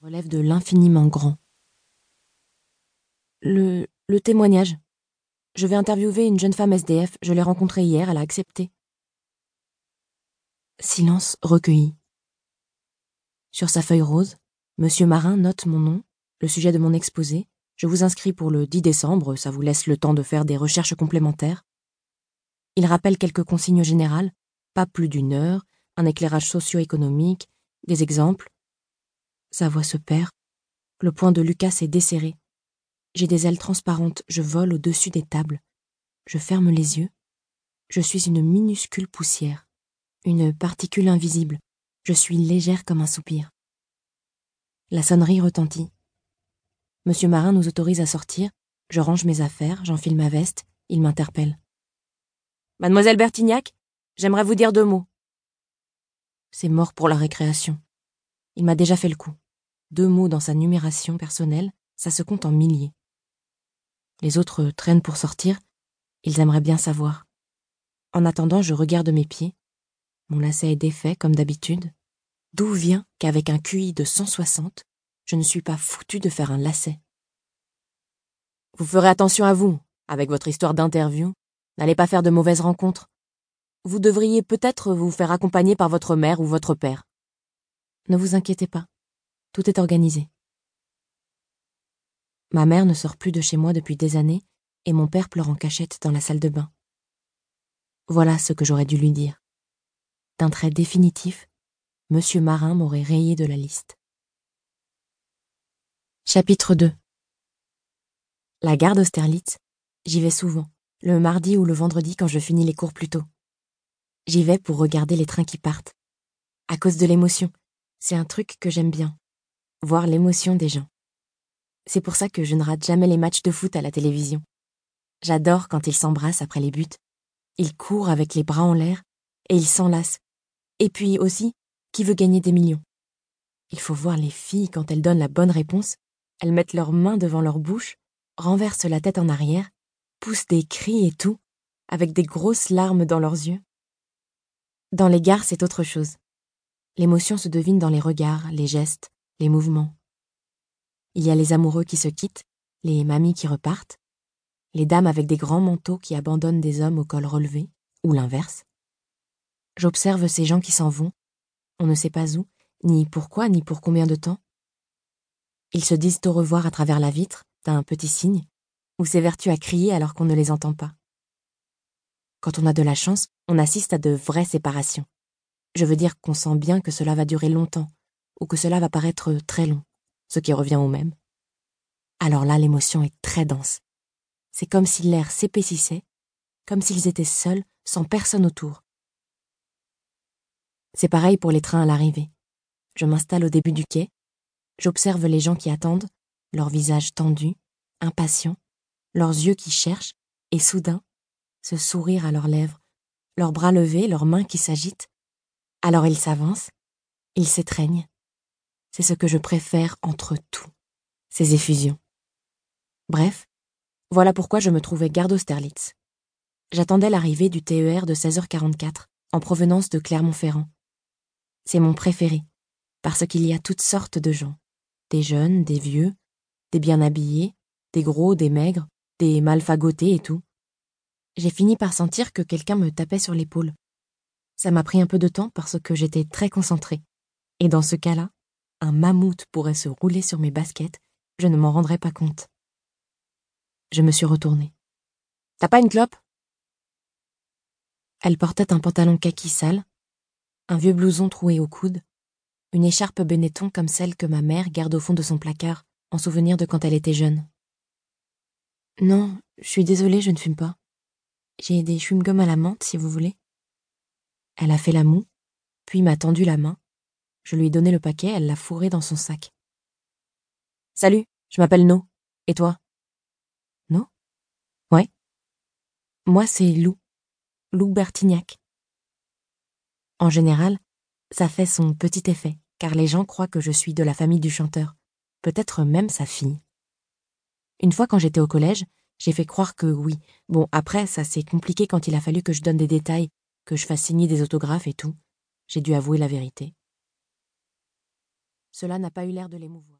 relève de l'infiniment grand. Le témoignage. Je vais interviewer une jeune femme SDF, je l'ai rencontrée hier, elle a accepté. Silence recueilli. Sur sa feuille rose, Monsieur Marin note mon nom, le sujet de mon exposé. Je vous inscris pour le 10 décembre, ça vous laisse le temps de faire des recherches complémentaires. Il rappelle quelques consignes générales, pas plus d'1 heure, un éclairage socio-économique, des exemples. Sa voix se perd. Le poing de Lucas est desserré. J'ai des ailes transparentes, je vole au-dessus des tables. Je ferme les yeux. Je suis une minuscule poussière, une particule invisible. Je suis légère comme un soupir. La sonnerie retentit. Monsieur Marin nous autorise à sortir. Je range mes affaires, j'enfile ma veste. Il m'interpelle. Mademoiselle Bertignac, j'aimerais vous dire 2 mots. C'est mort pour la récréation. Il m'a déjà fait le coup. 2 mots dans sa numération personnelle, ça se compte en milliers. Les autres traînent pour sortir, ils aimeraient bien savoir. En attendant, je regarde mes pieds. Mon lacet est défait, comme d'habitude. D'où vient qu'avec un QI de 160, je ne suis pas foutu de faire un lacet? Vous ferez attention à vous, avec votre histoire d'interview. N'allez pas faire de mauvaises rencontres. Vous devriez peut-être vous faire accompagner par votre mère ou votre père. Ne vous inquiétez pas, tout est organisé. Ma mère ne sort plus de chez moi depuis des années et mon père pleure en cachette dans la salle de bain. Voilà ce que j'aurais dû lui dire. D'un trait définitif, Monsieur Marin m'aurait rayé de la liste. Chapitre 2. La gare d'Austerlitz, j'y vais souvent, le mardi ou le vendredi quand je finis les cours plus tôt. J'y vais pour regarder les trains qui partent. À cause de l'émotion, c'est un truc que j'aime bien, voir l'émotion des gens. C'est pour ça que je ne rate jamais les matchs de foot à la télévision. J'adore quand ils s'embrassent après les buts. Ils courent avec les bras en l'air et ils s'enlacent. Et puis aussi, qui veut gagner des millions? Il faut voir les filles quand elles donnent la bonne réponse. Elles mettent leurs mains devant leur bouche, renversent la tête en arrière, poussent des cris et tout, avec des grosses larmes dans leurs yeux. Dans les gares, c'est autre chose. L'émotion se devine dans les regards, les gestes, les mouvements. Il y a les amoureux qui se quittent, les mamies qui repartent, les dames avec des grands manteaux qui abandonnent des hommes au col relevé, ou l'inverse. J'observe ces gens qui s'en vont, on ne sait pas où, ni pourquoi, ni pour combien de temps. Ils se disent au revoir à travers la vitre, d'un petit signe, ou s'évertuent à crier alors qu'on ne les entend pas. Quand on a de la chance, on assiste à de vraies séparations. Je veux dire qu'on sent bien que cela va durer longtemps, ou que cela va paraître très long, ce qui revient au même. Alors là, l'émotion est très dense. C'est comme si l'air s'épaississait, comme s'ils étaient seuls, sans personne autour. C'est pareil pour les trains à l'arrivée. Je m'installe au début du quai, j'observe les gens qui attendent, leurs visages tendus, impatients, leurs yeux qui cherchent, et soudain, ce sourire à leurs lèvres, leurs bras levés, leurs mains qui s'agitent. Alors ils s'avancent, ils s'étreignent. C'est ce que je préfère entre tout, ces effusions. Bref, voilà pourquoi je me trouvais gare d'Austerlitz. J'attendais l'arrivée du TER de 16h44, en provenance de Clermont-Ferrand. C'est mon préféré, parce qu'il y a toutes sortes de gens. Des jeunes, des vieux, des bien habillés, des gros, des maigres, des mal fagotés et tout. J'ai fini par sentir que quelqu'un me tapait sur l'épaule. Ça m'a pris un peu de temps parce que j'étais très concentrée. Et dans ce cas-là, un mammouth pourrait se rouler sur mes baskets, je ne m'en rendrais pas compte. Je me suis retournée. « T'as pas une clope ?» Elle portait un pantalon kaki sale, un vieux blouson troué au coude, une écharpe Benetton comme celle que ma mère garde au fond de son placard, en souvenir de quand elle était jeune. « Non, je suis désolée, je ne fume pas. J'ai des chewing-gums à la menthe, si vous voulez. » Elle a fait la moue, puis m'a tendu la main. Je lui ai donné le paquet, elle l'a fourré dans son sac. « Salut, je m'appelle No. Et toi ?» « No ? Ouais. Moi, c'est Lou. Lou Bertignac. » En général, ça fait son petit effet, car les gens croient que je suis de la famille du chanteur, peut-être même sa fille. Une fois quand j'étais au collège, j'ai fait croire que oui. Bon, après, ça s'est compliqué quand il a fallu que je donne des détails, que je fasse signer des autographes et tout. J'ai dû avouer la vérité. Cela n'a pas eu l'air de l'émouvoir.